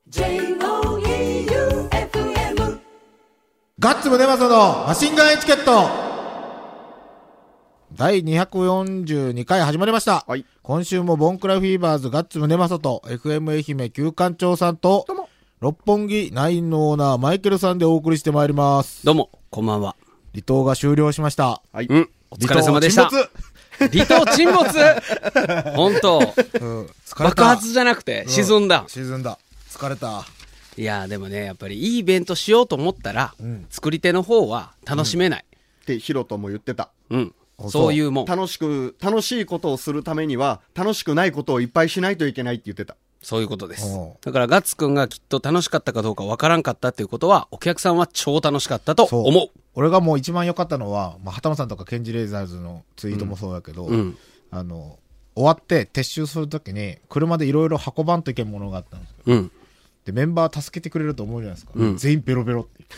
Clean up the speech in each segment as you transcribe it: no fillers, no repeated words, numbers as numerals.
J-O-E-U-F-M ガッツムネマソのマシンガンエチケット第242回始まりました、 はい、 今週もボンクラフィーバーズガッツムネマソと FM 愛媛旧館長さんと六本木ナインのオーナーマイケルさんでお送りしてまいります。 どうもこんばんは。 離島が終了しました。 はい、 お疲れ様でした。離島沈没本当、爆発じゃなくて沈んだ、 沈んだ。疲れた。 いやでもね、やっぱりいいイベントしようと思ったら、作り手の方は楽しめない、 ってヒロトも言ってた。 そういうもん。 楽しいことをするためには楽しくないことをいっぱいしないといけないって言ってた。 そういうことです。だからガッツくんがきっと楽しかったかどうかわからんかったっていうことは、お客さんは超楽しかったと思う。 俺がもう一番良かったのは、畑野さんとかケンジレイザーズのツイートもそうだけど、終わって撤収するときに車でいろいろ運ばんといけんものがあったんですよ。でメンバー助けてくれると思うじゃないですか、全員ベロベロって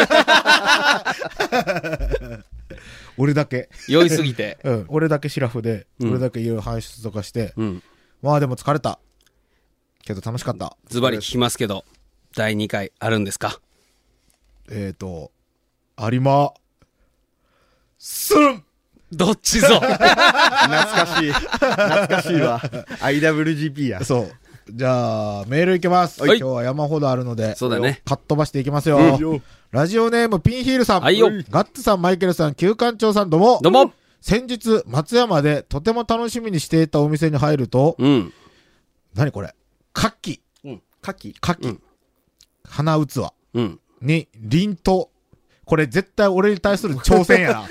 俺だけ酔いすぎて、 俺だけシラフで、俺だけいろいろ搬出とかして、まあでも疲れたけど楽しかった。 ズバリ聞きますけど、第2回あるんですか？ 有馬すんどっちぞ懐かしいわ。 IWGP や。 そう。じゃあメールいけます、今日は山ほどあるので、 そうだね、 かっ飛ばしていきますよ、ラジオネームピンヒールさん、 はいよ。 ガッツさん、マイケルさん、旧館長さん、どうもどうも。 先日松山でとても楽しみにしていたお店に入ると、何これ、牡蠣、花器に凛と、これ絶対俺に対する挑戦やな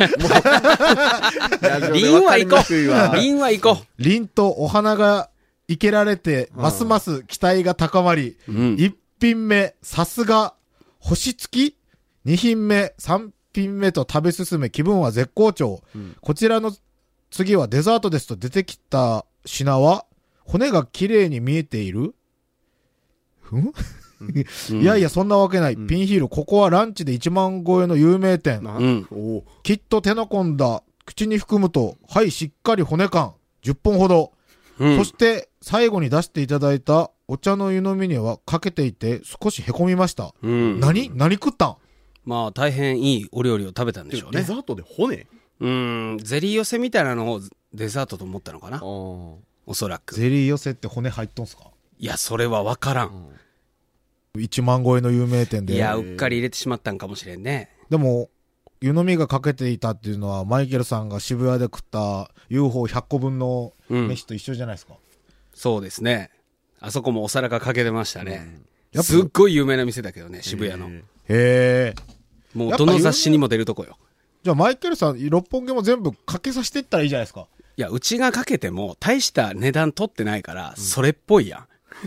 凛は行こう。凛は行こう。 凛とお花が生けられて、ますます期待が高まり、1品目、さすが、星付き ?2 品目、3品目と食べ進め、気分は絶好調。こちらの次はデザートですと出てきた品は、骨が綺麗に見えている？いやいや、そんなわけない。ピンヒール、ここはランチで1万超えの有名店。きっと手の込んだ口に含むと、はい、しっかり骨感。10本ほど。そして最後に出していただいたお茶の湯飲みにはかけていて少しへこみました。何食ったん？ まあ大変いいお料理を食べたんでしょうね。 デザートで骨？ ゼリー寄せみたいなのをデザートと思ったのかな、おそらく。 ゼリー寄せって骨入っとんすか？ いや、それは分からん。 1万超えの有名店で。 いや、うっかり入れてしまったんかもしれんね。 でも湯飲みがかけていたっていうのは、マイケルさんが渋谷で食った UFO100 個分の飯と一緒じゃないですか。 そうですね。あそこもお皿がかけてましたね。すっごい有名な店だけどね、渋谷の。 へえ。 もうどの雑誌にも出るとこよ。 じゃあマイケルさん、六本木も全部かけさせていったらいいじゃないですか。 いや、うちがかけても大した値段取ってないから、それっぽいやん。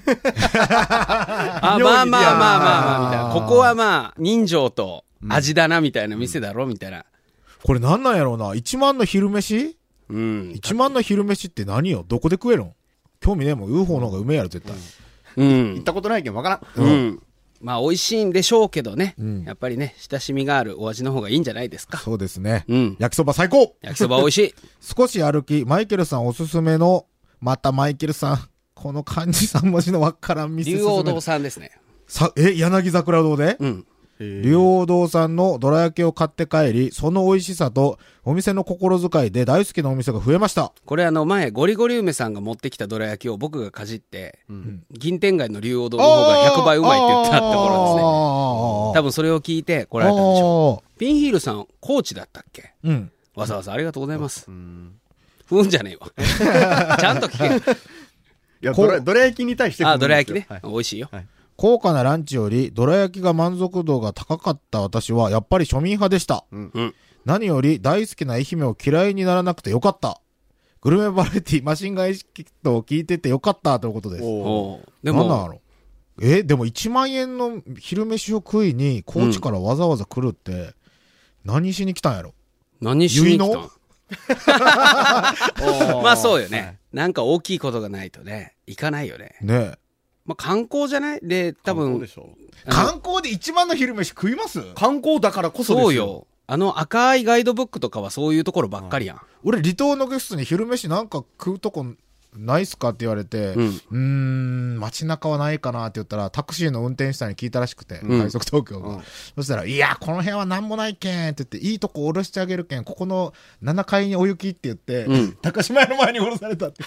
あ、まあみたいな。ここはまあ人情と味だなみたいな店だろみたいな。 これなんなんやろうな。1万の昼飯？1万の昼飯って何よ？どこで食えるん？興味ねえもん。 UFO の方がうめえやろ絶対。 行ったことないけどわからん。 まあ美味しいんでしょうけどね、やっぱりね、親しみがあるお味の方がいいんじゃないですか。 そうですね、焼きそば最高。 焼きそば美味しい。 少し歩き、マイケルさんおすすめの、またマイケルさん、この漢字3文字のわからん店竜王堂さんですね。 柳桜堂で、竜王堂さんのどら焼きを買って帰り、その美味しさとお店の心遣いで大好きなお店が増えました。これ前ゴリゴリ梅さんが持ってきたどら焼きを僕がかじって、銀天街の竜王堂の方が100倍うまいって言ったところですね。多分それを聞いて来られたんでしょう。ピンヒールさん高知だったっけ？わざわざありがとうございます。ふんじゃねえわ。ちゃんと聞け。 いや、どら焼きに対して。 どら焼きね、美味しいよ。 高価なランチよりどら焼きが満足度が高かった私はやっぱり庶民派でした。何より大好きな愛媛を嫌いにならなくてよかった。グルメバラエティマシンガンエチケットを聞いててよかったということです。でもなんだろう。でも1万円の昼飯を食いに高知からわざわざ来るって何しに来たんやろ。 何しに来たん？まあそうよね、なんか大きいことがないとね行かないよね。まあ、観光じゃないで、多分観光で1万の昼飯食います？ 観光だからこそですよ。 そうよ。赤いガイドブックとかはそういうところばっかりやん。 俺離島のゲストに昼飯なんか食うとこないっすかって言われて、街中はないかなって言ったら、タクシーの運転手さんに聞いたらしくて、快速東京が。そしたら、いや、この辺はなんもないけんって言って、いいとこ下ろしてあげるけん、ここの7階にお行きって言って、高島屋の前に下ろされたって。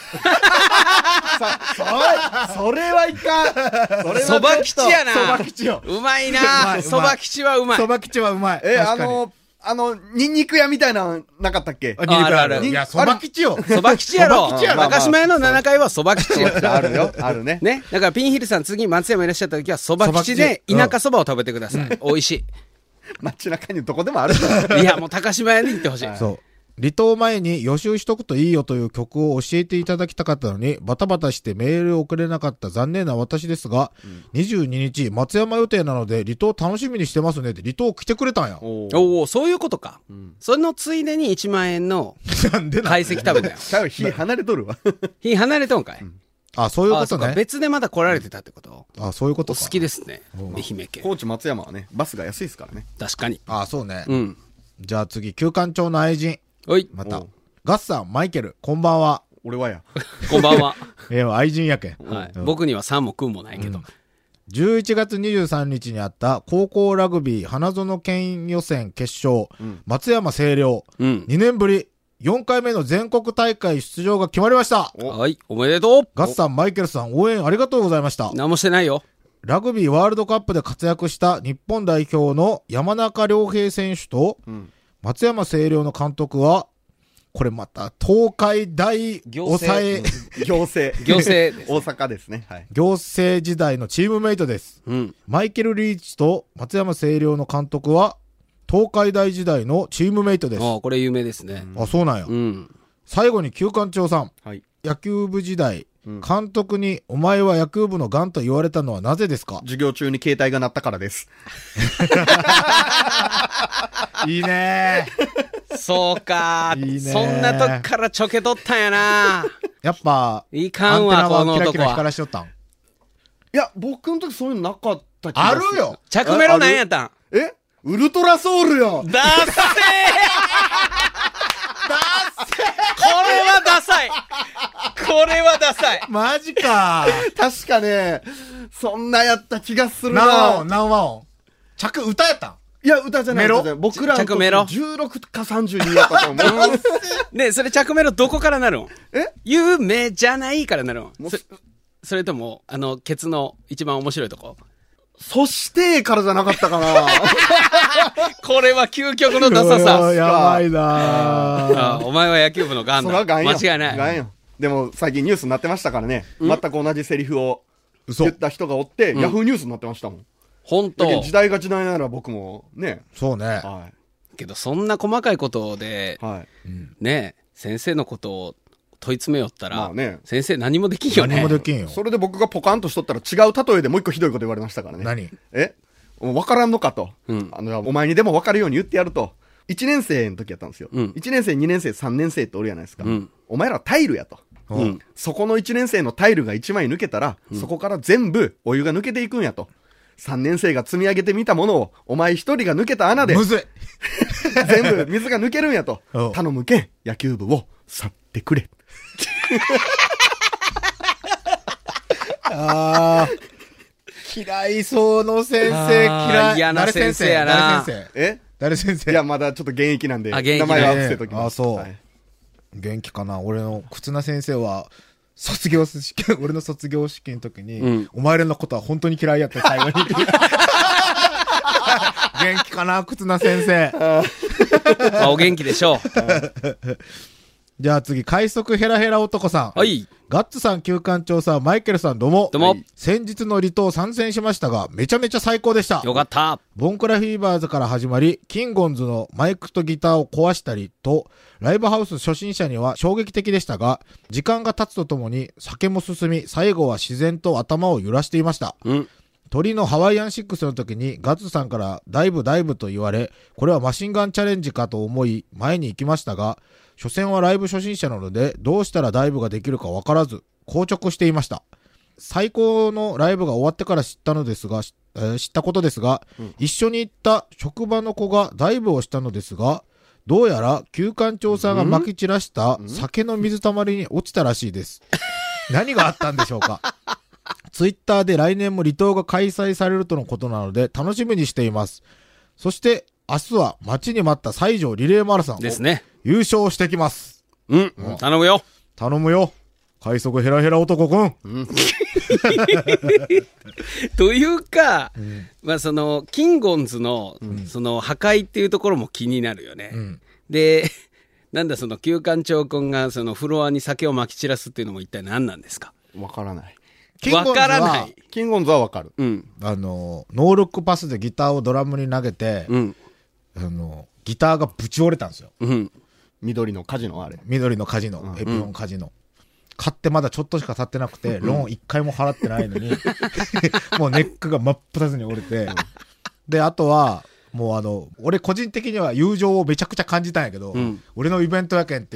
それはいかん。それはそば吉やな。 そば吉よ。 うまいな。そば吉はうまい。 そば吉はうまい。 ニンニク屋みたいなのなかったっけ？ あるある。 いや、そば吉よ。 そば吉やろ。 そば吉やろ高島屋の7階はそば吉よ。 あるよ。あるね。 ね。だからピンヒルさん次松山いらっしゃった時はそば吉で田舎そばを食べてください。美味しい。 街中にどこでもある。 いや、もう高島屋に行ってほしい。 そう。離島前に予習しとくといいよという曲を教えていただきたかったのに、バタバタしてメールを送れなかった残念な私ですが、22日、松山予定なので離島楽しみにしてますねって離島来てくれたんや。 おお、そういうことか。そのついでに1万円のなんで解析食べたよ。 火離れとるわ。 火離れとんかい。 あ、そういうこあ、そうか。 とね。 別でまだ来られてたってこと。 あ、そういうことか。 お好きですね。愛媛県。 高知松山はね、バスが安いですからね。 確かに。 あ、そうね。 うん。 じゃあ次、旧館長の愛人。 おい。 また。ガッサン、マイケル、こんばんは。 俺はや。 こんばんは。 愛人やけん。 はい。僕には3も9もないけど。 11月23日にあった高校ラグビー花園県予選決勝、松山清涼、2年ぶり4回目の全国大会出場が決まりました。 はい、おめでとう。 ガッサン、マイケルさん、応援ありがとうございました。 何もしてないよ。 ラグビーワールドカップで活躍した日本代表の山中亮平選手と、松山清涼の監督は、これまた東海大抑え行政大阪ですね、はい、 行政時代のチームメイトです、マイケル・リーチと松山清涼の監督は東海大時代のチームメイトです。 あ、これ有名ですね。 あ、そうなんや、最後に旧館長さん、野球部時代、監督にお前は野球部のガンと言われたのはなぜですか？ 授業中に携帯が鳴ったからです。 いいねー。そうかー。 いいねー。 そんなとこからちょけとったんやな。 やっぱ、 いかんわ、この男は。 キラキラ光らしとったん？ いや、僕の時そういうのなかった気がする。 あるよ。 着メロなんやったん？ ウルトラソウルよ。 ダッセーこれはダサい。これはダサい。 マジか。 確かね、そんなやった気がするな。 何和音歌やったん？ いや、歌じゃない。僕らの時16か32やったと思う。 ね、それ着メロどこからなるん？有名じゃないからなるん？それとも、ケツの一番面白いとこ？ そしてからじゃなかったかな。 これは究極のダサさ。 やばいなお前は野球部のガンだ。間違いない。 ガンよ。でも最近ニュースになってましたからね。全く同じセリフを言った人がおって、ヤフーニュースになってましたもん。 本当。 時代が時代なら僕もね。 そうね。 はい。 けどそんな細かいことで、ね、先生のことを問い詰めよったら、先生何もできんよね。 何もできんよ。 それで僕がポカンとしとったら違う例えでもう一個ひどいこと言われましたからね。 何？ わからんのかと。お前にでもわかるように言ってやると。1年生の時やったんですよ。1年生、2年生、3年生っておるじゃないですか。お前らタイルやと。そこの1年生のタイルが1枚抜けたら、そこから全部お湯が抜けていくんやと。3年生が積み上げてみたものを、お前一人が抜けた穴で、 むずい全部水が抜けるんやと。頼むけん、野球部を去ってくれ。 嫌いそうの先生、嫌い。 嫌な先生やな。 誰先生？ いや、まだちょっと現役なんで、名前は伏せときます。 そう。元気かな。俺の忽那先生は、俺の卒業式の時に、お前らのことは本当に嫌いやって最後に。元気かな、忽那先生。 お元気でしょう。 じゃあ次、快速ヘラヘラ男さん。 はい。 ガッツさん、旧館長さん、マイケルさん、どうも。 どうも。 先日の離島参戦しましたが、めちゃめちゃ最高でした。 よかった。 ボンクラフィーバーズから始まり、キンゴンズのマイクとギターを壊したりと、ライブハウス初心者には衝撃的でしたが、時間が経つとともに酒も進み、最後は自然と頭を揺らしていました。鳥のハワイアン6の時にガッツさんからダイブと言われ、これはマシンガンチャレンジかと思い前に行きましたが、所詮はライブ初心者なのでどうしたらダイブができるかわからず硬直していました。最高のライブが終わってから知ったことですが、一緒に行った職場の子がダイブをしたのですが、どうやら旧館長さんが撒き散らした酒の水たまりに落ちたらしいです。 何があったんでしょうか。ツイッターで来年も離島が開催されるとのことなので楽しみにしています。そして明日は待ちに待った西条リレーマラソンですね。 優勝してきます。 頼むよ。 頼むよ。快速ヘラヘラ男くん。 というか、まあその、キンゴンズの、その、破壊っていうところも気になるよね。で、なんだその、旧館長君がその、フロアに酒を撒き散らすっていうのも一体何なんですか？ わからない。 わからない。 キンゴンズはわかる。 ノールックパスでギターをドラムに投げて、ギターがぶち折れたんですよ。 緑のカジノあれ。 緑のカジノ、エピロンカジノ。買ってまだちょっとしか経ってなくて、ローン1回も払ってないのに、もうネックが真っ二つに折れて、で、あとは、もう俺個人的には友情をめちゃくちゃ感じたんやけど、俺のイベントやけんって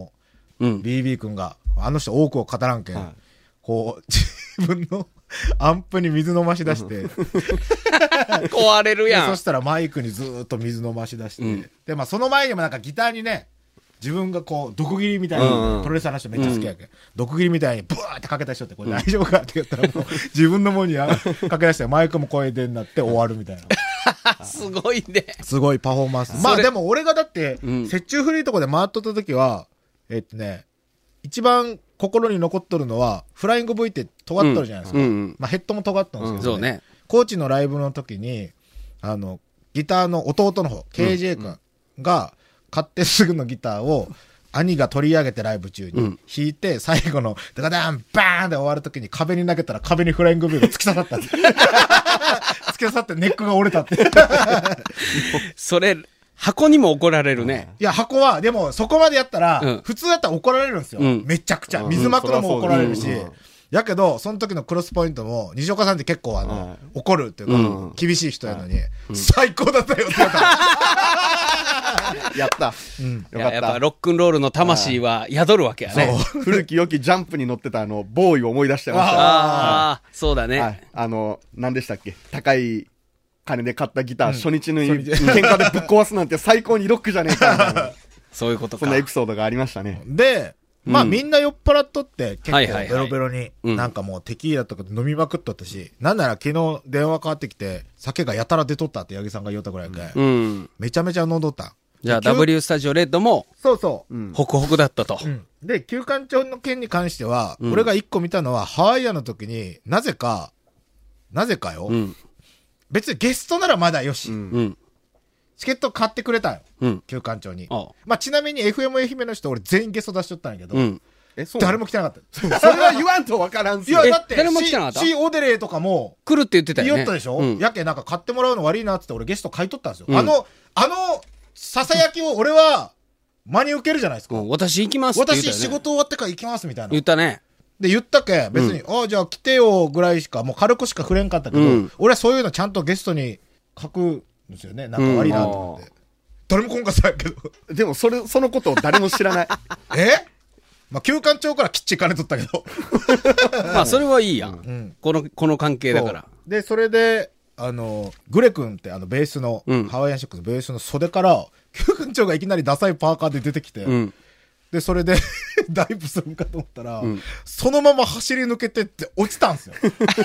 、BB 君が、あの人多くを語らんけん、こう、自分のアンプに水飲まし出して、 壊れるやん。 そしたらマイクにずーっと水飲まし出して、で、まあその前にもなんかギターにね、自分がこう、毒斬りみたいに、プロレスラーの人めっちゃ好きやけん。毒斬りみたいにブワーってかけた人って、これ大丈夫かって言ったらもう、自分のものにかけ出して、マイクも声でになって終わるみたいな。 すごいね。 すごいパフォーマンス。まあでも俺がだって、雪中古いとこで回っとった時は、一番心に残っとるのは、フライング V って尖っとるじゃないですか。まあヘッドも尖っとるんですけど、 そうね。 高知のライブの時に、ギターの弟の方、KJ 君が、買ってすぐのギターを、兄が取り上げてライブ中に弾いて、最後のダカダンバーンで終わるときに壁に投げたら壁にフライング V が突き刺さったんです。突き刺さってネックが折れたって。 それ、箱にも怒られるね。 いや、箱は、でもそこまでやったら、普通だったら怒られるんですよ。めちゃくちゃ。水まくのも怒られるし。やけど、その時のクロスポイントも、西岡さんって結構怒るっていうか、厳しい人やのに、最高だったよって言った。 やった。よかった。 やっぱロックンロールの魂は宿るわけやね。 古き良きジャンプに乗ってたボーイを思い出してました。 ああ、そうだね。 何でしたっけ？高い金で買ったギター、初日に喧嘩でぶっ壊すなんて最高にロックじゃねえかみたいな。 そういうことか。 そんなエピソードがありましたね。 で、まあみんな酔っ払っとって結構ベロベロになんかもうテキーラとかで飲みまくっとったし、なんなら昨日電話かかってきて酒がやたら出とったって八木さんが言ったぐらいで、めちゃめちゃ飲んどった。 じゃあ W スタジオレッドも、 そうそう。 ホクホクだったと。 で、旧館長の件に関しては、俺が一個見たのはハワイアンの時になぜかよ、別にゲストならまだよし、チケット買ってくれたよ。旧館長に。まあ、ちなみに FM 愛媛の人俺全員ゲスト出しとったんやけど、誰も来てなかった。 それは言わんとわからんすよ。 いや、だって、 誰も来てなかった？ C オデレーとかも、 来るって言ってたよね。 言ったでしょ？やけなんか買ってもらうの悪いなってって俺ゲスト買い取ったんですよ。ささやきを俺は、真に受けるじゃないですか。 私行きますって言ったよね。 私仕事終わってから行きますみたいな。 言ったね。 で、言ったけ、別に、じゃあ来てよぐらいしか、もう軽くしか触れんかったけど、俺はそういうのちゃんとゲストに書くんですよね。なんか悪いなと思って。誰も来んかったやけど。 でもそのことを誰も知らない。 まあ、旧館長からきっちり金取ったけど。 まあ、それはいいやん。この関係だから。 で、それで、グレ君ってベースの、ハワイアンシックスベースの袖から、旧館長がいきなりダサいパーカーで出てきて、で、それで、ダイブするんかと思ったら、そのまま走り抜けてって落ちたんですよ。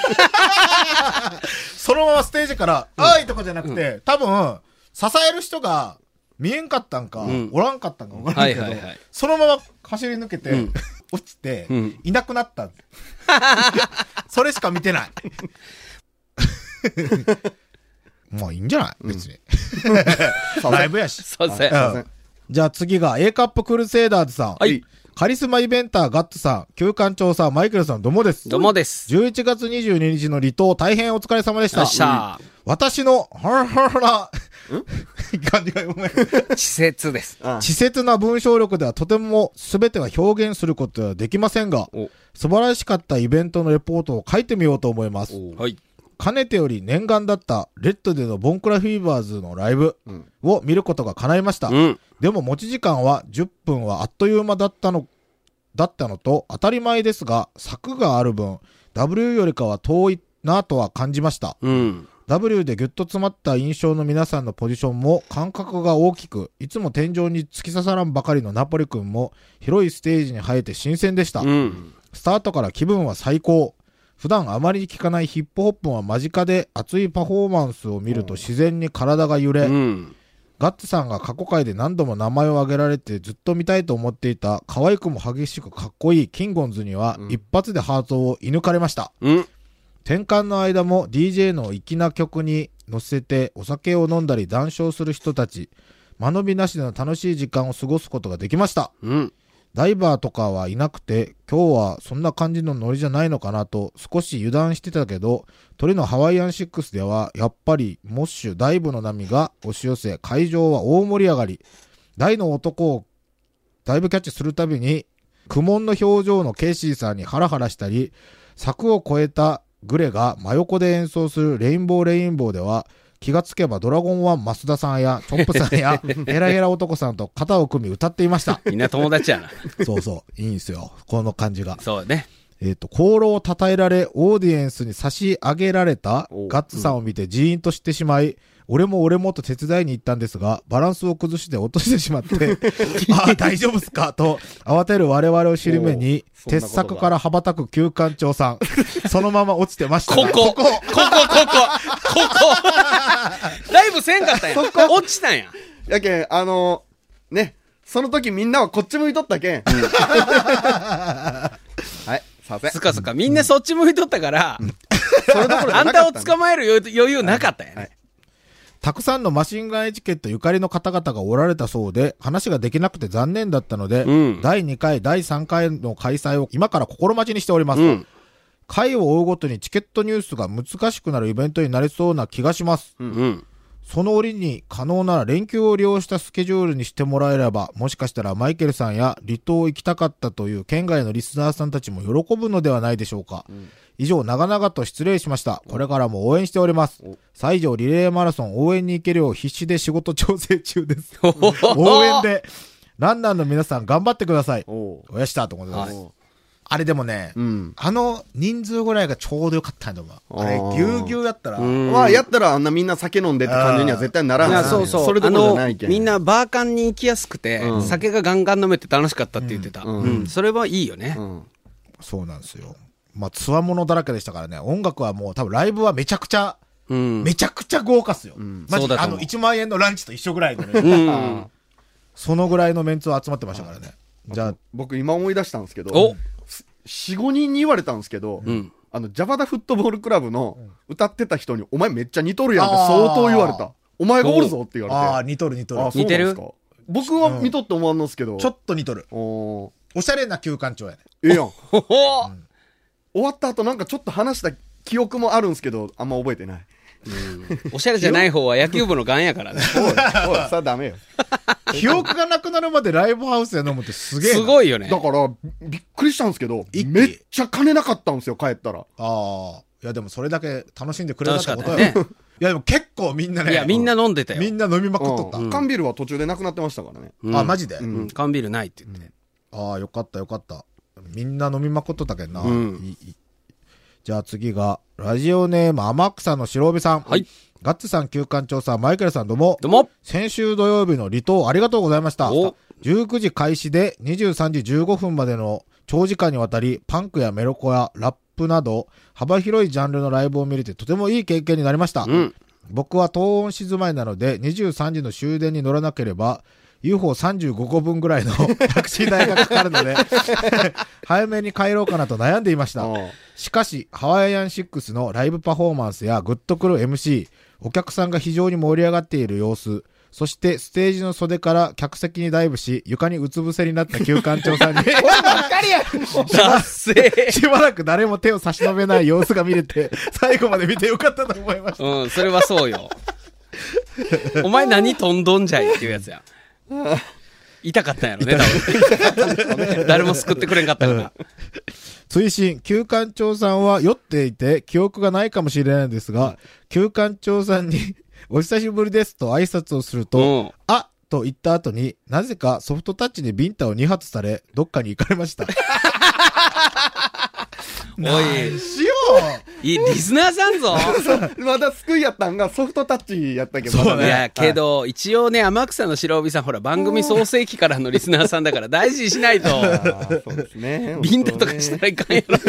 そのままステージから、あいとかじゃなくて、多分、支える人が見えんかったんか、おらんかったんか分からんけど、そのまま走り抜けて、落ちて、いなくなったんです。それしか見てない。まあいいんじゃない別に。ライブやし。 そうですね。 じゃあ次が A カップクルセイダーズさん。 はい。 カリスマイベンターガッツさん、旧館長さん、マイケルさん、どうもです。 どうもです。 11月22日の離島、大変お疲れ様でした。私の、感じが読めない。 稚拙です。 稚拙な文章力ではとても全ては表現することはできませんが、素晴らしかったイベントのレポートを書いてみようと思います。 はい。 かねてより念願だったレッドでのボンクラフィーバーズのライブを見ることが叶いました。でも持ち時間は10分はあっという間だったのと当たり前ですが、柵がある分 W よりかは遠いなとは感じました。W でギュッと詰まった印象の皆さんのポジションも間隔が大きく、いつも天井に突き刺さらんばかりのナポリ君も広いステージに生えて新鮮でした。 スタートから気分は最高。普段あまり聞かないヒップホップは間近で熱いパフォーマンスを見ると自然に体が揺れ、ガッツさんが過去回で何度も名前を挙げられてずっと見たいと思っていた可愛くも激しくかっこいいキンゴンズには一発でハートを射抜かれました。転換の間も DJ の粋な曲に乗せてお酒を飲んだり談笑する人たち、間延びなしでの楽しい時間を過ごすことができました。ダイバーとかはいなくて、今日はそんな感じのノリじゃないのかなと少し油断してたけど、鳥のハワイアン6ではやっぱりモッシュダイブの波が押し寄せ、会場は大盛り上がり、大の男をダイブキャッチするたびに苦悶の表情のケイシーさんにハラハラしたり、柵を越えたグレが真横で演奏するレインボーレインボーでは、気がつけばドラゴン1増田さんやチョップさんやヘラヘラ男さんと肩を組み歌っていました。 みんな友達やな。 そうそう、いいんすよ。この感じが。 そうね。 功労を称えられ、オーディエンスに差し上げられたガッツさんを見てジーンとしてしまい、俺もと手伝いに行ったんですが、バランスを崩して落としてしまって、ああ、大丈夫っすかと、慌てる我々を尻目に、鉄柵から羽ばたく旧館長さん、そのまま落ちてましたが。 ここライブせんかったんや。落ちたんや。 やけん、ね、その時みんなはこっち向いとったけん。はい、させん。 そっか、みんなそっち向いとったから、 それどころじあゃなかったんたを捕まえる余裕なかったんやね。 たくさんのマシンガンエチケットゆかりの方々がおられたそうで、話ができなくて残念だったので、第2回、第3回の開催を今から心待ちにしております。回を追うごとにチケット入手が難しくなるイベントになりそうな気がします。その折に可能なら連休を利用したスケジュールにしてもらえれば、もしかしたらマイケルさんや離島行きたかったという県外のリスナーさんたちも喜ぶのではないでしょうか。以上、長々と失礼しました。これからも応援しております。西条リレーマラソン応援に行けるよう必死で仕事調整中です。応援で、ランナーの皆さん頑張ってください。おやしたと思います。あれでもね、あの人数ぐらいがちょうどよかったんだもん。あれ、ぎゅうぎゅうやったら。 まあ、やったらあんなみんな酒飲んでって感じには絶対ならない。 そう。 それどころじゃないけん。 みんなバーカンに行きやすくて、酒がガンガン飲めて楽しかったって言ってた。それはいいよね。 そうなんですよ。まあ、つわものだらけでしたからね。音楽はもう多分ライブはめちゃくちゃ豪華っすよ。マジ1万円のランチと一緒ぐらいのね。そのぐらいのメンツは集まってましたからね。じゃあ、 僕今思い出したんですけど、4、5人に言われたんですけど、ジャバダフットボールクラブの歌ってた人に、お前めっちゃ似とるやんって相当言われた。お前がおるぞって言われて。 ああ、似とる。 似てる？ 僕は見とって思わんのっすけど。 ちょっと似とる。おしゃれな旧館長やね。 ええやん。終わった後なんかちょっと話した記憶もあるんですけど、あんま覚えてない。 おしゃれじゃない方は野球部のガンやからね。 おい、さあダメよ。 記憶がなくなるまでライブハウスで飲むってすげえ。 すごいよね。 だから、びっくりしたんですけど、めっちゃ金なかったんですよ、帰ったら。 ああ。いやでもそれだけ楽しんでくれたってことよね。いやでも結構みんなね。 いや、みんな飲んでたよ。 みんな飲みまくっとった。 缶ビールは途中でなくなってましたからね。 あ、マジで？ 缶ビールないって言って。 ああ、よかった。みんな飲みまくっとったけんな。じゃあ次が、ラジオネーム天草の白帯さん。 はい。 ガッツさん、旧館長さん、マイケルさんどうも。 どうも。 先週土曜日の離島ありがとうございました。19時開始で23時15分までの長時間にわたり、パンクやメロコやラップなど、幅広いジャンルのライブを見れてとてもいい経験になりました。僕は東温静まりなので、23時の終電に乗らなければ、UFO35 個分ぐらいのタクシー代がかかるので、早めに帰ろうかなと悩んでいました。しかし、ハワイアン6のライブパフォーマンスやグッとくる MC、お客さんが非常に盛り上がっている様子、そしてステージの袖から客席にダイブし、床にうつ伏せになった旧館長さんにおいばっかりやしばらく誰も手を差し伸べない様子が見れて、最後まで見てよかったと思いました。 それはそうよ。お前何飛んどんじゃいっていうやつや。痛かったんやろね、多分。誰も救ってくれんかったから。 追伸、旧館長さんは酔っていて記憶がないかもしれないんですが、旧館長さんにお久しぶりですと挨拶をすると、あと言った後になぜかソフトタッチでビンタを2発され、どっかに行かれました。 おい、 しよリスナーさんぞ。 まだ救いやったんがソフトタッチやったけど。 そうねいや、けど、一応ね、天草の白帯さん、ほら、番組創世期からのリスナーさんだから大事にしないと。 そうですね。 ビンタとかしたらいかんやろ。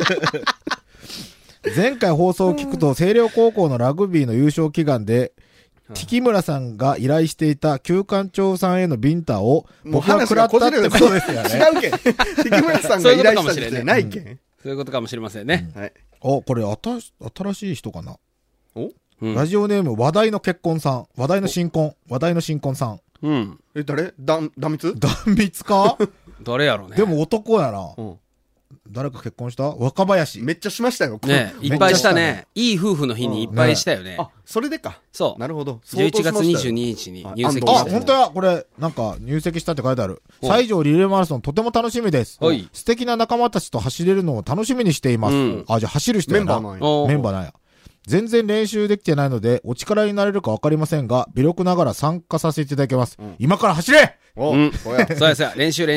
う。前回放送を聞くと、星稜高校のラグビーの優勝祈願で、木村さんが依頼していた旧館長さんへのビンタを僕は食らったってことですよね。 違うけん。関村さんが依頼したんじゃないけん。 そういうことかもしれませんね。 はい。 お、これ新しい人かな。 おうんラジオネーム話題の結婚さん。話題の新婚さん。 うん。 誰断蜜断蜜か誰やろうね。 でも男やな。 うん。 誰か結婚した若林。 めっちゃしましたよ。 ね、いっぱいしたね。いい夫婦の日にいっぱいしたよね。 あ、それでか。 そう。 なるほど。 11月22日に入籍あ、 して。 本当や。これ、なんか入籍したって書いてある。西条リレーマラソンとても楽しみですはい。 素敵な仲間たちと走れるのを楽しみにしています。 うんあ、じゃあ走る人やな。 メンバーなんや。 おーメンバーなんや。全然練習できてないので、お力になれるかわかりませんが、微力ながら参加させていただきます。今から走れおうんそうや。 そうやそうや。練習。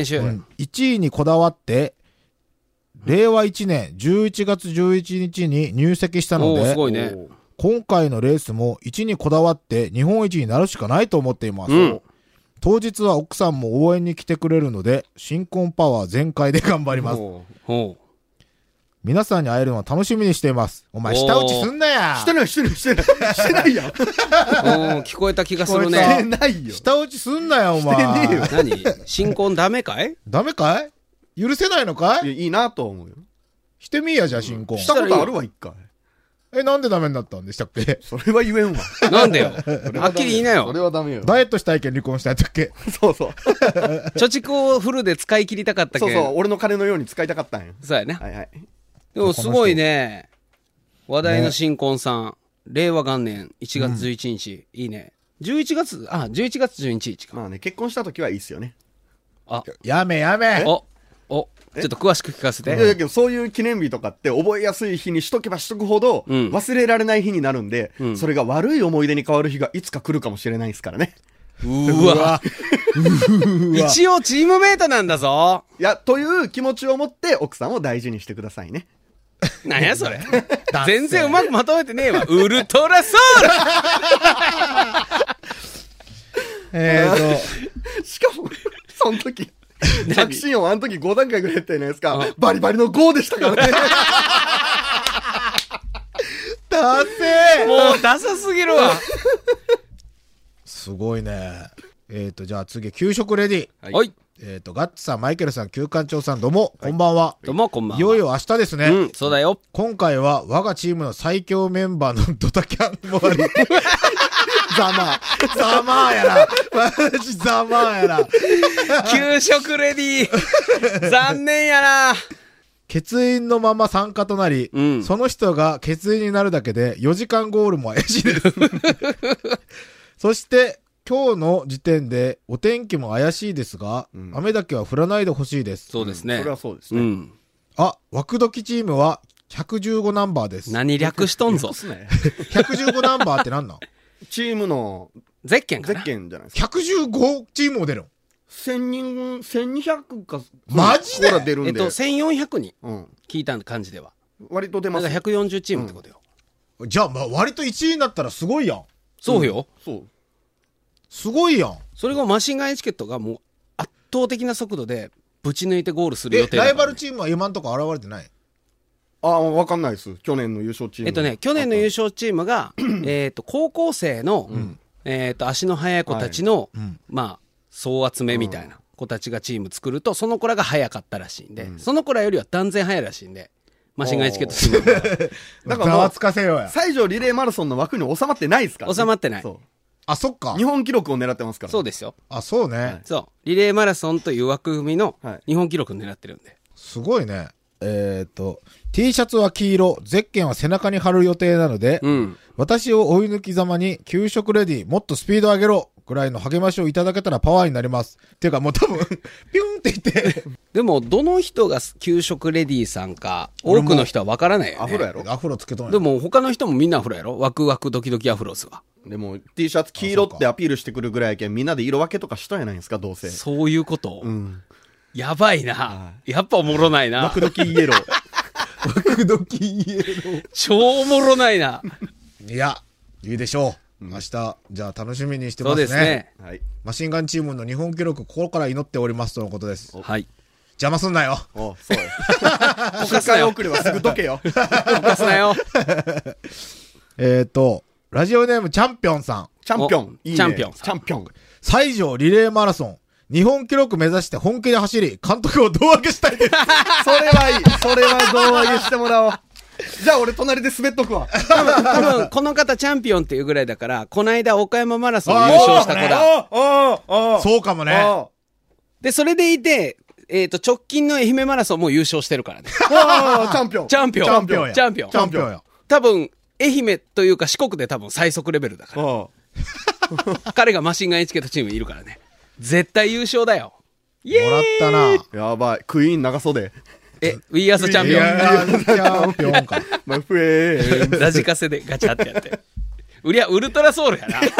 !1 位にこだわって、令和1年11月11日に入籍したのおー、 で、 すごいね。 今回のレースも1にこだわって日本一になるしかないと思っています。 うん当日は奥さんも応援に来てくれるので、新婚パワー全開で頑張ります。 おおう皆さんに会えるのを楽しみにしています。お前、舌打ちすんなやしてないしてないやん。しておう聞こえた気がする聞こえね。 ないよ。 舌打ちすんなや、お前。 してねえよ何新婚ダメかいダメかい許せないのかいいやいいなと思うよ。 してみいや、じゃあ、新婚。 したことあるわ、一回。 なんでダメになったんでしたっけそれは言えんわ。 なんでよ。はっきり言いなそれよ。 はダメよ。 ダイエットしたいけん離婚したいとっけそうそう。 貯蓄をフルで使い切りたかったけん。 そうそう。俺の金のように使いたかったんよ。 そうやね。 はいはい。 でもすごいね。話題の新婚さん。令和元年1月11日。いいね。11月11日か。 まあね、結婚した時はいいっすよね。 やめ。 ちょっと詳しく聞かせて。 いやいやけど、そういう記念日とかって覚えやすい日にしとけばしとくほど、 うん忘れられない日になるんで、 うんそれが悪い思い出に変わる日がいつか来るかもしれないですからね。 うわ。一応チームメイトなんだぞ。 いや、という気持ちを持って奥さんを大事にしてくださいね。 なんやそれ。全然うまくまとめてねえわ。ウルトラソしかも、その時、着信音あの時5段階ぐらいやったじゃないですかあ。 バリバリの5でしたからね。 だウルもうダサすぎるわ。 すごいね。じゃあ次、給食レディ。 はい。 ガッツさん、マイケルさん、旧館長さん、どうも、こんばんは。 どうもこんばんは。 いよいよ明日ですね。 うん、そうだよ。 今回は我がチームの最強メンバーのドタキャンもあり、 ざま。 ざまーやな。マジざまーやな。 給食レディー。残念やな。 欠員のまま参加となり、 うんその人が欠員になるだけで4時間ゴールも怪しいです。そして、今日の時点でお天気も怪しいですが、 うん雨だけは降らないでほしいです。 そうですね。 それはそうですね。 うん。 あ、枠時チームは115ナンバーです。 何略しとんぞ略。すね 115ナンバーって何なんチームのゼゼッケンかなッケンじゃないですか。 115チームも出るの 1000人、1200か。 マジでほら出るんで。 1400人うん。 聞いた感じでは。 割と出ますだから。140チームってことよ。 じゃあ、割と1位になったらすごいやん。 そうよ。 そう。 すごいやん。 それがマシンガンエチケットがもう圧倒的な速度でぶち抜いてゴールする予定だからねライバルチームは今んとこ現れてない。 わかんないです。去年の優勝チーム。 去年の優勝チームが、高校生の、足の速い子たちの、まあ、総集めみたいな子たちがチーム作ると、その子らが速かったらしいんで、その子らよりは断然速いらしいんで、マシンガンエチケットチームがだからもうざわつかせようや。 西条リレーマラソンの枠に収まってないですからね。 収まってないそう。 あ、そっか日。本記録を狙ってますから。 そうですよ。 あ、そうね。 そう。リレーマラソンという枠組みのはい日本記録を狙ってるんで。 すごいね。T シャツは黄色、ゼッケンは背中に貼る予定なので、 うん。 私を追い抜きざまに、給食レディ、もっとスピード上げろぐらいの励ましをいただけたらパワーになります。っていうかもう多分、ピュンって言って、 でも、どの人が給食レディーさんか、多くの人は分からないよね。 アフロやろ。 アフロつけとんやでも、他の人もみんなアフロやろ。ワクワクドキドキアフローズは。 でも T シャツ黄色ってアピールしてくるぐらいやけん、みんなで色分けとかしたんやないですか、どうせ。 そういうこと、 うん。 やばいな。やっぱおもろないな。 ドキドキイエロー。 枠時イエロー。 超おもろないな。 いや、いいでしょう。明日、じゃあ楽しみにしてますね。 そうですね。 はい。 マシンガンチームの日本記録、心から祈っておりますとのことです。 はい。 邪魔すんなよ。 おそうよ。公開遅れはすぐどけよ。 動かすなよ。 ラジオネームチャンピオンさん。 チャンピオン。いいね。 チャンピオンチャンピオン。 西条リレーマラソン。日本記録目指して本気で走り、監督を胴上げしたいです。 それはいい。それは胴上げしてもらおう。じゃあ俺隣で滑っとくわ。 多分、この方チャンピオンっていうぐらいだから、この間岡山マラソン優勝した子だ。 そうかもね。 で、それでいて、直近の愛媛マラソンも優勝してるからね。 チャンピオン。 チャンピオン。 チャンピオンやチャンピオン。 チャンピオンや。 多分、愛媛というか四国で多分最速レベルだから。彼がマシンガンエチケットチームにいるからね。絶対優勝だよ。イエーイもらったな。 やばい。クイーン長袖。 We are the チャンピオン。 チャンピオンか。 まあ、ふえー。 ラジカセでガチャってやって。ウルトラソウルやな。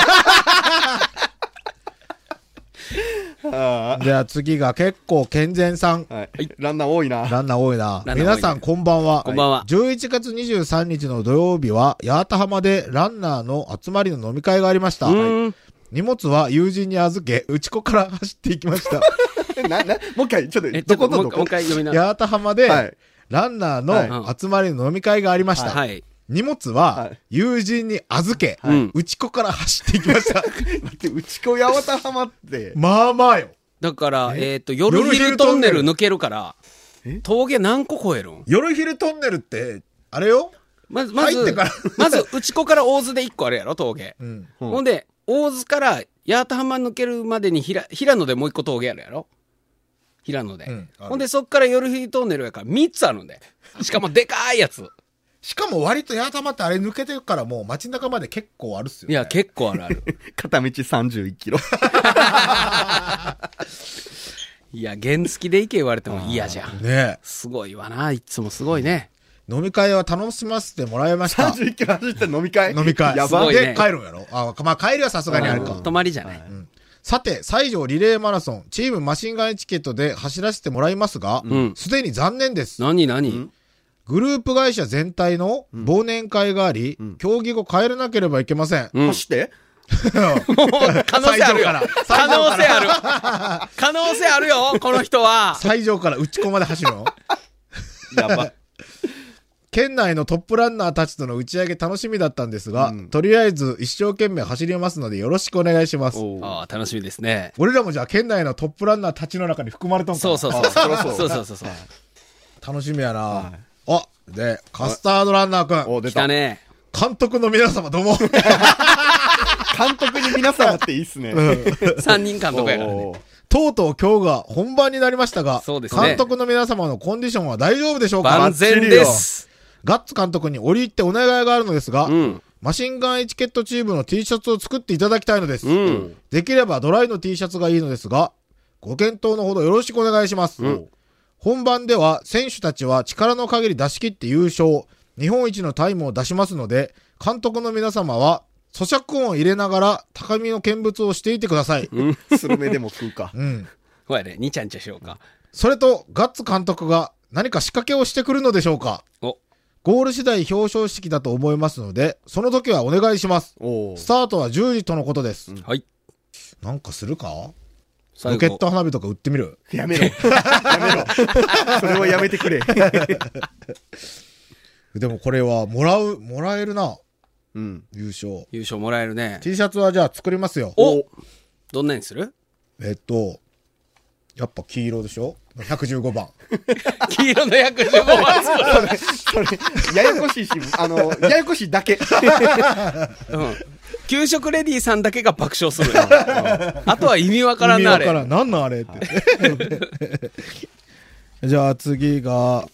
じゃあ次が結構健全さん。 はい。ランナー多いな。 ランナー多いな。 ランナー多いね皆さんこんばんは。 こんばんは。 11月23日の土曜日は、八幡浜でランナーの集まりの飲み会がありました。荷物は友人に預け、内子から走っていきました。 もう一回、ちょっと、 ちょどっともう一ことどこ回読みな。 八幡浜で、 はいランナーの集まりの飲み会がありました。 はい。 荷物ははい友人に預け、 はい内子から走っていきました。 待って、内子八幡浜って。 まあまあよ。 だから、夜昼トンネル抜けるから、峠何個越えるん？ 夜昼トンネルって、あれよまず、 入ってからまず、内子から大津で1個あるやろ、峠。 うん。 ほんで、大津から八幡浜抜けるまでに平野でもう1個峠あるやろ。平野で。 うんほんで、そっから夜昼トンネルやから3つあるんで。しかもでかいやつ。 しかも割と八幡浜ってあれ抜けてるからもう街中まで結構あるっすよね。 いや、結構あるある。 片道31キロ。 いや、原付で行け言われても嫌じゃん。 ねすごいわな、いつもすごいね。 飲み会は楽しませてもらいました。 31キロ走って飲み会。 飲み会。 やばすごいねで、帰るんやろまあ帰りはさすがにあるか。 泊まりじゃない。 さて、西条リレーマラソン、チームマシンガンエチケットで走らせてもらいますが、すでに残念です。 何グループ会社全体の忘年会があり、競技後帰らなければいけません。 走って可能性あるよ。可能性ある。可能性あるよ、この人は。 西条から内子まで走るのやば。 県内のトップランナーたちとの打ち上げ楽しみだったんですが、とりあえず一生懸命走りますのでよろしくお願いします。 ああ、楽しみですね。 俺らもじゃあ県内のトップランナーたちの中に含まれとんかな。 そうそうそう。そう。 楽しみやな。あ、で、カスタードランナーくん。 お、出た。 来たね。 監督の皆様どうも。 監督に皆様っていいっすね。 3人監督やからね。 おーとうとう今日が本番になりましたが、 そうですね監督の皆様のコンディションは大丈夫でしょうか？ 万全です。 ガッツ監督に折り入ってお願いがあるのですが、 うん。 マシンガンエチケットチームの T シャツを作っていただきたいのです。 うん。 できればドライの T シャツがいいのですが、ご検討のほどよろしくお願いします。本番では選手たちは力の限り出し切って優勝、日本一のタイムを出しますので、監督の皆様は咀嚼音を入れながら高みの見物をしていてください。 スルメでも食うか。 ほやね、にちゃんちゃしようか。 それと、ガッツ監督が何か仕掛けをしてくるのでしょうか？ お、 ゴール次第表彰式だと思いますので、その時はお願いします。 おスタートは10時とのことです。 はい。 なんかするか？ 最後ロケット花火とか売ってみる？ やめろ。やめろ。それはやめてくれ。 でもこれはもらえるな。 うん。 優勝。 優勝もらえるね。 T シャツはじゃあ作りますよ。 お、どんなにする？ やっぱ黄色でしょ？ 115 番。 黄色の115番それ、ややこしいし、ややこしいだけ。 うん。給食レディーさんだけが爆笑するよ。あとは意味わからんな、あれ。 意味わからん。なんなんあれって。じゃあ次が、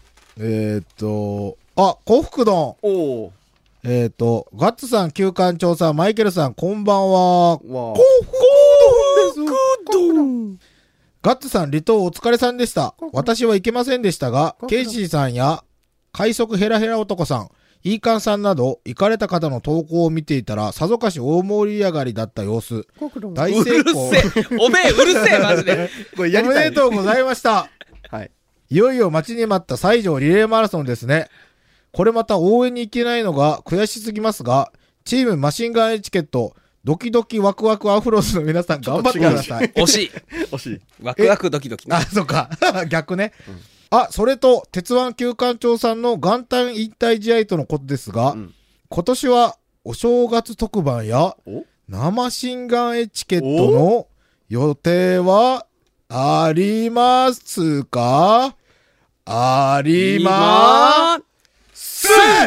幸福丼。 おー。 ガッツさん、旧館長さん、マイケルさん、こんばんは。 わー。 幸福丼です。ガッツさん、離島お疲れさんでした。私は行けませんでしたが、ケイシーさんや、快速ヘラヘラ男さん、イーカンさんなど、行かれた方の投稿を見ていたら、さぞかし大盛り上がりだった様子。大成功。 うるせえ。おめえ、うるせえ、マジで。 これやりたい。 おめでとうございました。 はい。 いよいよ待ちに待った西条リレーマラソンですね。これまた応援に行けないのが悔しすぎますが、チームマシンガンエチケット、ドキドキワクワクアフロスの皆さん頑張ってください。 惜しい。 惜しい。 ワクワクドキドキね。 あ、そっか。逆ね。あ、それと、鉄腕旧館長さんの元旦引退試合とのことですが、今年はお正月特番や生シンガンエチケットの予定はありますか？あります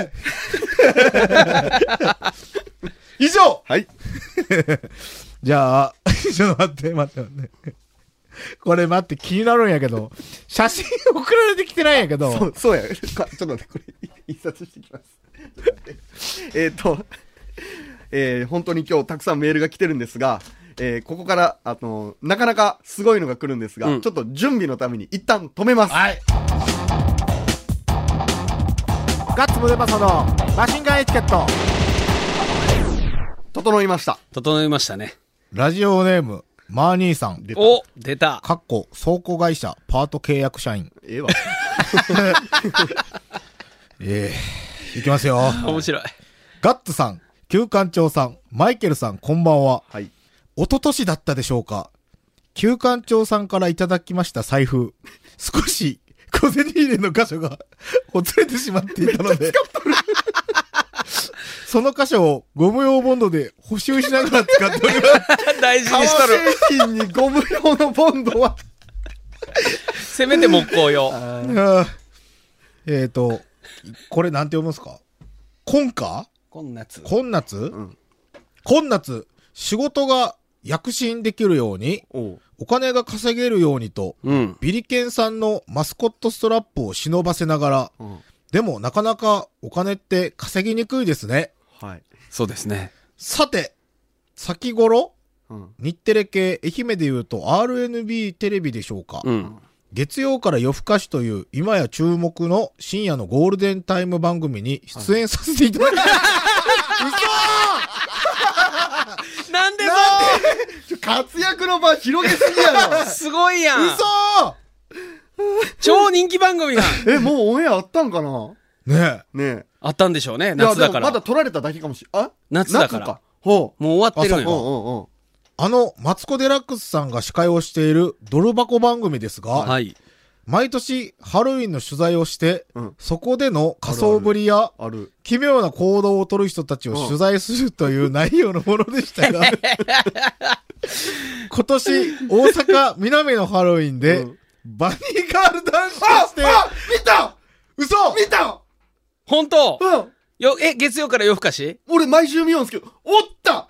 以上はい。 じゃあ、ちょっと待って。これ待って、気になるんやけど、写真送られてきてないんやけど。 そうや。ちょっと待って、これ、印刷してきます。本当に今日たくさんメールが来てるんですが、ここから、なかなかすごいのが来るんですが、ちょっと準備のために一旦止めます。 はい。ガッツムデパソのマシンガンエチケット。 整いました。 整いましたね。 ラジオネーム、マーニーさん。 お、出た。 かっこ、倉庫会社、パート契約社員。 ええわ。 いきますよ。 面白い。 ガッツさん、旧館長さん、マイケルさん、こんばんは。 はい。 一昨年だったでしょうか。旧館長さんからいただきました財布。少し、小銭入れの箇所が、ほつれてしまっていたので、その箇所をゴム用ボンドで補修しながら使っております。 大事にしとる。 製品にゴム用のボンドは。 せめて木工用。 これなんて読むんすか？今夏？ 今夏。 今夏？今夏、仕事が躍進できるように、お金が稼げるようにと、ビリケンさんのマスコットストラップを忍ばせながら、でもなかなかお金って稼ぎにくいですね。 はい。 そうですね。 さて、先頃、日テレ系愛媛で言うと RNB テレビでしょうか。月曜から夜更かしという今や注目の深夜のゴールデンタイム番組に出演させていただきました。嘘なんで活躍の場広げすぎやろ。 すごいやん。 嘘超人気番組が。 もうオンエアあったんかなねえ。ねえ。 あったんでしょうね、夏だから。 まだ撮られただけかもしれん。 夏だから。 夏か。ほう。もう終わってるんよ。 マツコ・デラックスさんが司会をしているドル箱番組ですが、 はい。 毎年ハロウィンの取材をして、そこでの仮装ぶりや、奇妙な行動をとる人たちを取材するという内容のものでしたが、今年大阪南のハロウィンで、バニーガール男子として、 見た嘘見た本当月曜から夜更かし俺毎週見ようんすけど、おった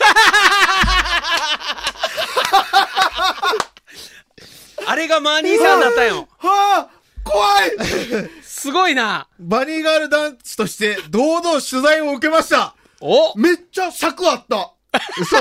あれがマーニーさんだったよ。 はぁ怖いすごいな。 バニーガール男子として堂々取材を受けました。 めっちゃ尺あった。 嘘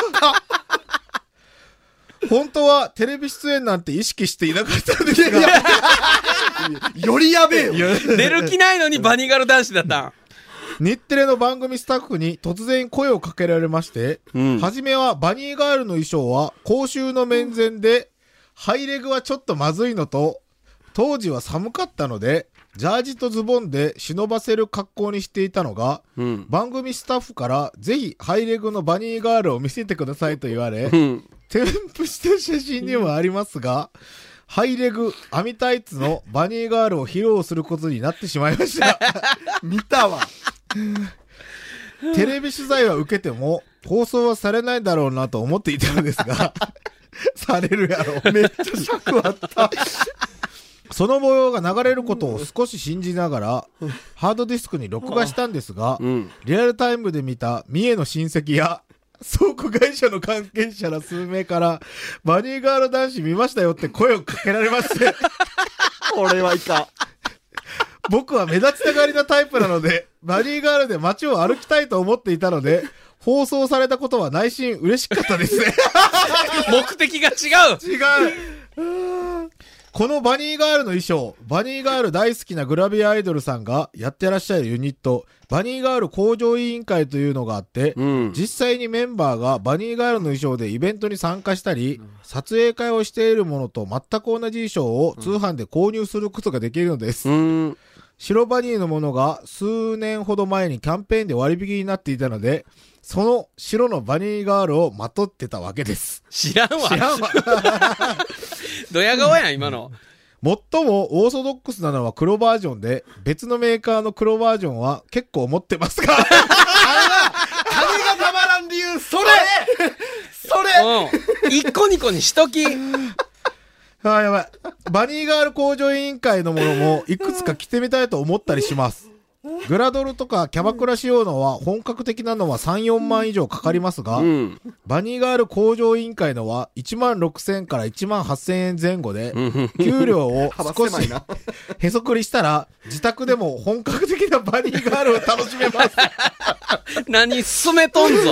本当はテレビ出演なんて意識していなかったんですが。 よりやべえよ。 出る気ないのにバニーガール男子だったん。 日テレの番組スタッフに突然声をかけられまして、初めはバニーガールの衣装は公衆の面前で、ハイレグはちょっとまずいのと、当時は寒かったので、ジャージとズボンで忍ばせる格好にしていたのが、番組スタッフからぜひハイレグのバニーガールを見せてくださいと言われ、添付した写真にもありますが、ハイレグ、網タイツのバニーガールを披露することになってしまいました。 見たわ。 テレビ取材は受けても、放送はされないだろうなと思っていたのですが、されるやろ。 めっちゃ尺あった。 その模様が流れることを少し信じながら、ハードディスクに録画したんですが、リアルタイムで見た三重の親戚や、倉庫会社の関係者ら数名から、バニーガール男子見ましたよって声をかけられまして、 これはいかん。 僕は目立ちたがりなタイプなので、バニーガールで街を歩きたいと思っていたので、放送されたことは内心嬉しかったですね。 目的が違う。 違う。 このバニーガールの衣装、バニーガール大好きなグラビアアイドルさんがやってらっしゃるユニット、バニーガール向上委員会というのがあって、実際にメンバーがバニーガールの衣装でイベントに参加したり、撮影会をしているものと全く同じ衣装を通販で購入することができるのです。白バニーのものが数年ほど前にキャンペーンで割引になっていたので、その白のバニーガールをまとってたわけです。 知らんわ。ドヤ顔やん、今の。 最もオーソドックスなのは黒バージョンで、別のメーカーの黒バージョンは結構持ってますが。 金がたまらん理由、それうん。一個二個にしとき。 あ、やばい。バニーガール向上委員会のものもいくつか着てみたいと思ったりします。グラドルとかキャバクラ仕様のは本格的なのは3、4万以上かかりますが、バニーガール向上委員会のは1万6000から1万8000円前後で、給料を少しへそくりしたら、自宅でも本格的なバニーガールを楽しめます。 何進めとんぞ。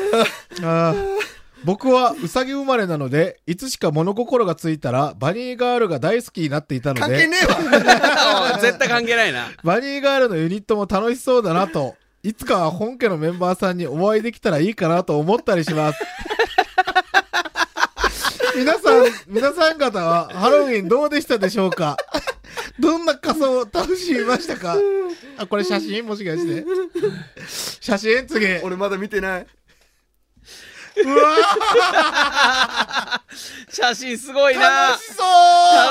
僕はウサギ生まれなので、いつしか物心がついたら、バニーガールが大好きになっていたので、 関係ねえわ。 絶対関係ないな。 バニーガールのユニットも楽しそうだなと、いつかは本家のメンバーさんにお会いできたらいいかなと思ったりします。皆さん方はハロウィンどうでしたでしょうか？どんな仮装を楽しみましたか？あ、これ写真もしかして。写真次。 俺まだ見てない。 うわ写真すごいな。 楽しそう。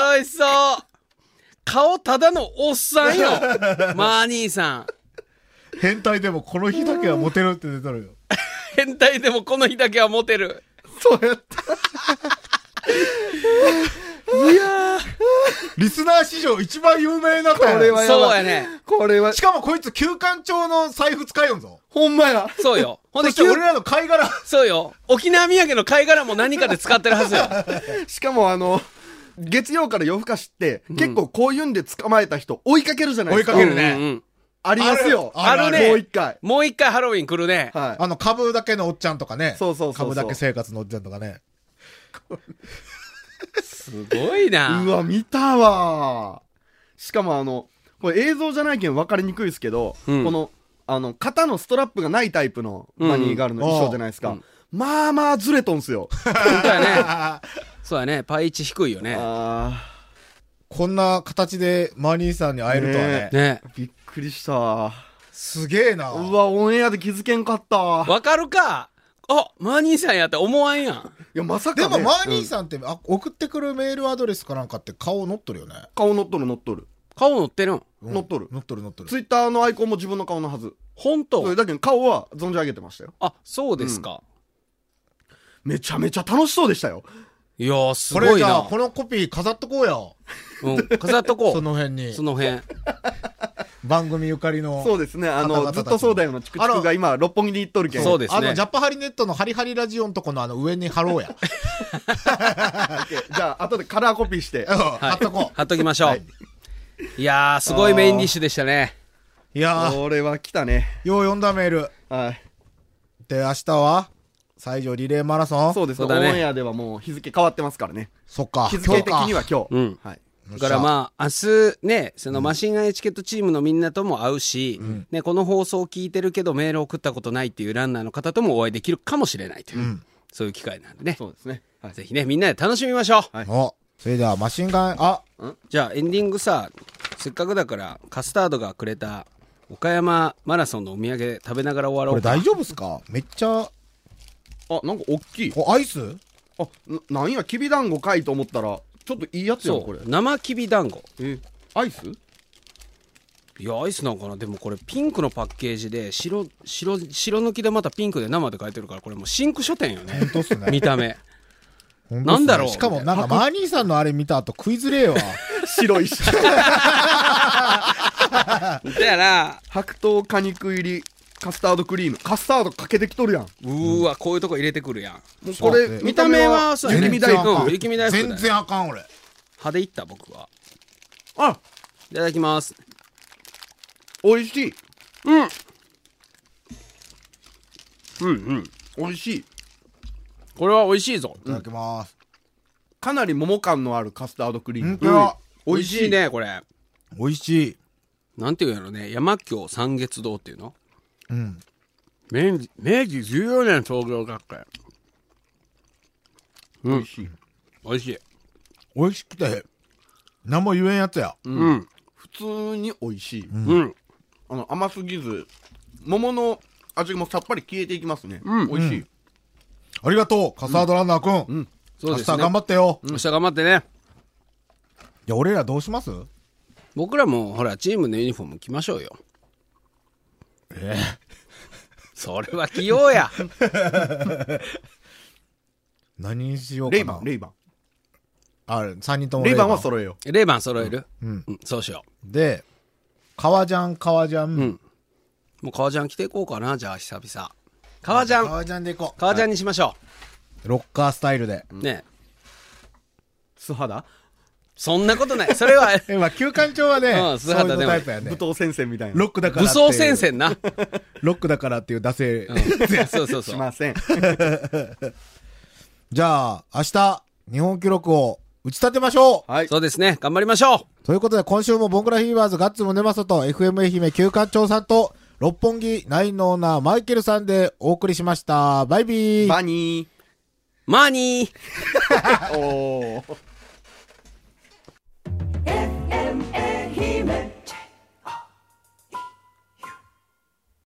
楽しそう。顔ただのおっさんよ。マーニーさん。 変態でもこの日だけはモテるって出とるよ。 変態でもこの日だけはモテる。 そうやった。いやー。リスナー史上一番有名なこれはやばい。 そうやね。 これは。 しかもこいつ旧館長の財布使いよんぞ。 ほんまや。 そうよ。ほんでそして俺らの貝殻。 そうよ。沖縄土産の貝殻も何かで使ってるはずよ。 しかも月曜から夜更かしって、結構こういうんで捕まえた人追いかけるじゃないですか。 追いかけるね。 ありますよ。 あるね。 もう一回。 もう一回ハロウィン来るね。 はい。 株だけのおっちゃんとかね。 そう。 株だけ生活のおっちゃんとかね。 すごいな。 うわ、見たわ。しかもこれ映像じゃないけん分かりにくいですけど、この、肩のストラップがないタイプのバニーガールの衣装じゃないですか。まあまあずれとんすよ。 そうやね。そうやね。パイ位置低いよね。 こんな形でマーニーさんに会えるとはね。 ね。 びっくりした。 すげえな。 うわ、オンエアで気づけんかった。 わかるか。あ、マーニーさんやって思わんやん。 いや、まさかね。 でもマーニーさんって、送ってくるメールアドレスかなんかって顔載っとるよね。 顔載っとる。 顔乗ってるん。 載っとる。ツイツッターのアイコンも自分の顔のはず。 本当。 だけど顔は存じ上げてましたよ。 あ、そうですか。 めちゃめちゃ楽しそうでしたよ。 いやー、すごいな。 これじゃあ、このコピー飾っとこうよ。 飾っとこう。 その辺に。 その辺。 番組ゆかりの。 そうですね。ずっとそうだよのチクチクが今、六本木に行っとるけん。 そうですね。 ジャッパハリネットのハリハリラジオのとこの上に貼ろうや。 じゃあ、後でカラーコピーして。 貼っとこう。 貼っときましょう。いやー、すごいメインディッシュでしたね。 いやー。これは来たね。 よう読んだメール。 はい。 で、明日は西条リレーマラソン。 そうですね。オンエアではもう日付変わってますからね。 そっか。 日付的には今日。はい。 だからまあ、明日ね、そのマシンガンエチケットチームのみんなとも会うし、ね、この放送を聞いてるけどメールを送ったことないっていうランナーの方ともお会いできるかもしれないという、そういう機会なんでね。 そうですね。 ぜひね、みんなで楽しみましょう。 お、それではマシンガン、 じゃあエンディングさ、せっかくだからカスタードがくれた岡山マラソンのお土産食べながら終わろうか。 これ大丈夫っすか？めっちゃ。 なんか大きい。 アイス？ なんや、きびだんごかいと思ったら、ちょっといいやつよ、これ。 生きびだんご。 アイス？ いや、アイスなんかな。でもこれピンクのパッケージで、白抜きでまたピンクで生で書いてるから、これもうシンク書店よね。 本当っすね。 見た目。なんだろう。 しかもなんかマーニーさんのあれ見た後食いづれえわ。 白いし。 だやな。 白桃果肉入りカスタードクリーム。カスタードかけてきとるやん。 わ、こういうとこ入れてくるやん。 もうこれ、 見た目はそうやね。 雪見大福。 雪見大福。 全然あかん、俺。 派でいった、僕は。 いただきます。 美味しい。美味しい。 これは美味しいぞ。 いただきます。 かなり桃感のあるカスタードクリーム。 美味しいね、これ。 美味しい。 なんていうのね、山京三月堂っていうの？ うん。 明治14年創業だっけ。 美味しい。 美味しい。 美味しくて、何も言えんやつや。 うん。 普通に美味しい。 うん。 甘すぎず、桃の味もさっぱり消えていきますね。美味しい。 ありがとう、カスタードランナーくん。 そうですね。 明日頑張ってよ。 明日頑張ってね。 じゃあ俺らどうします？ 僕らもほらチームのユニフォーム着ましょうよ。それは着ようや。 何にしようかな。 レイバン。 あ、3人ともレイバンは揃えよレイバン揃える？ うん。 そうしよで、革ジャン。 う。もう革ジャン着ていこうかな、じゃあ久々。革ジャン。 革ジャンでいこう。 革ジャンにしましょロッカースタイルで。 う。ね。 素肌そんなことない。それは、 まあ、旧館長はね、 素肌でもそういうタイプやね。 武闘戦線みたいな。 ロックだから武っていう。 装戦線な。 ロックだからっていう惰性。 そうそうそう。 しません。 じゃあ、明日、日本記録を打ち立てましょう。 はい。 そうですね。頑張りましょう。 ということで、今週もボンクラフィーバーズガッツムネマソと FM 愛媛旧館長さんと、六本木ナインのオーナーマイケルさんでお送りしました。バイビー。 バニー。 マーニー。 おー。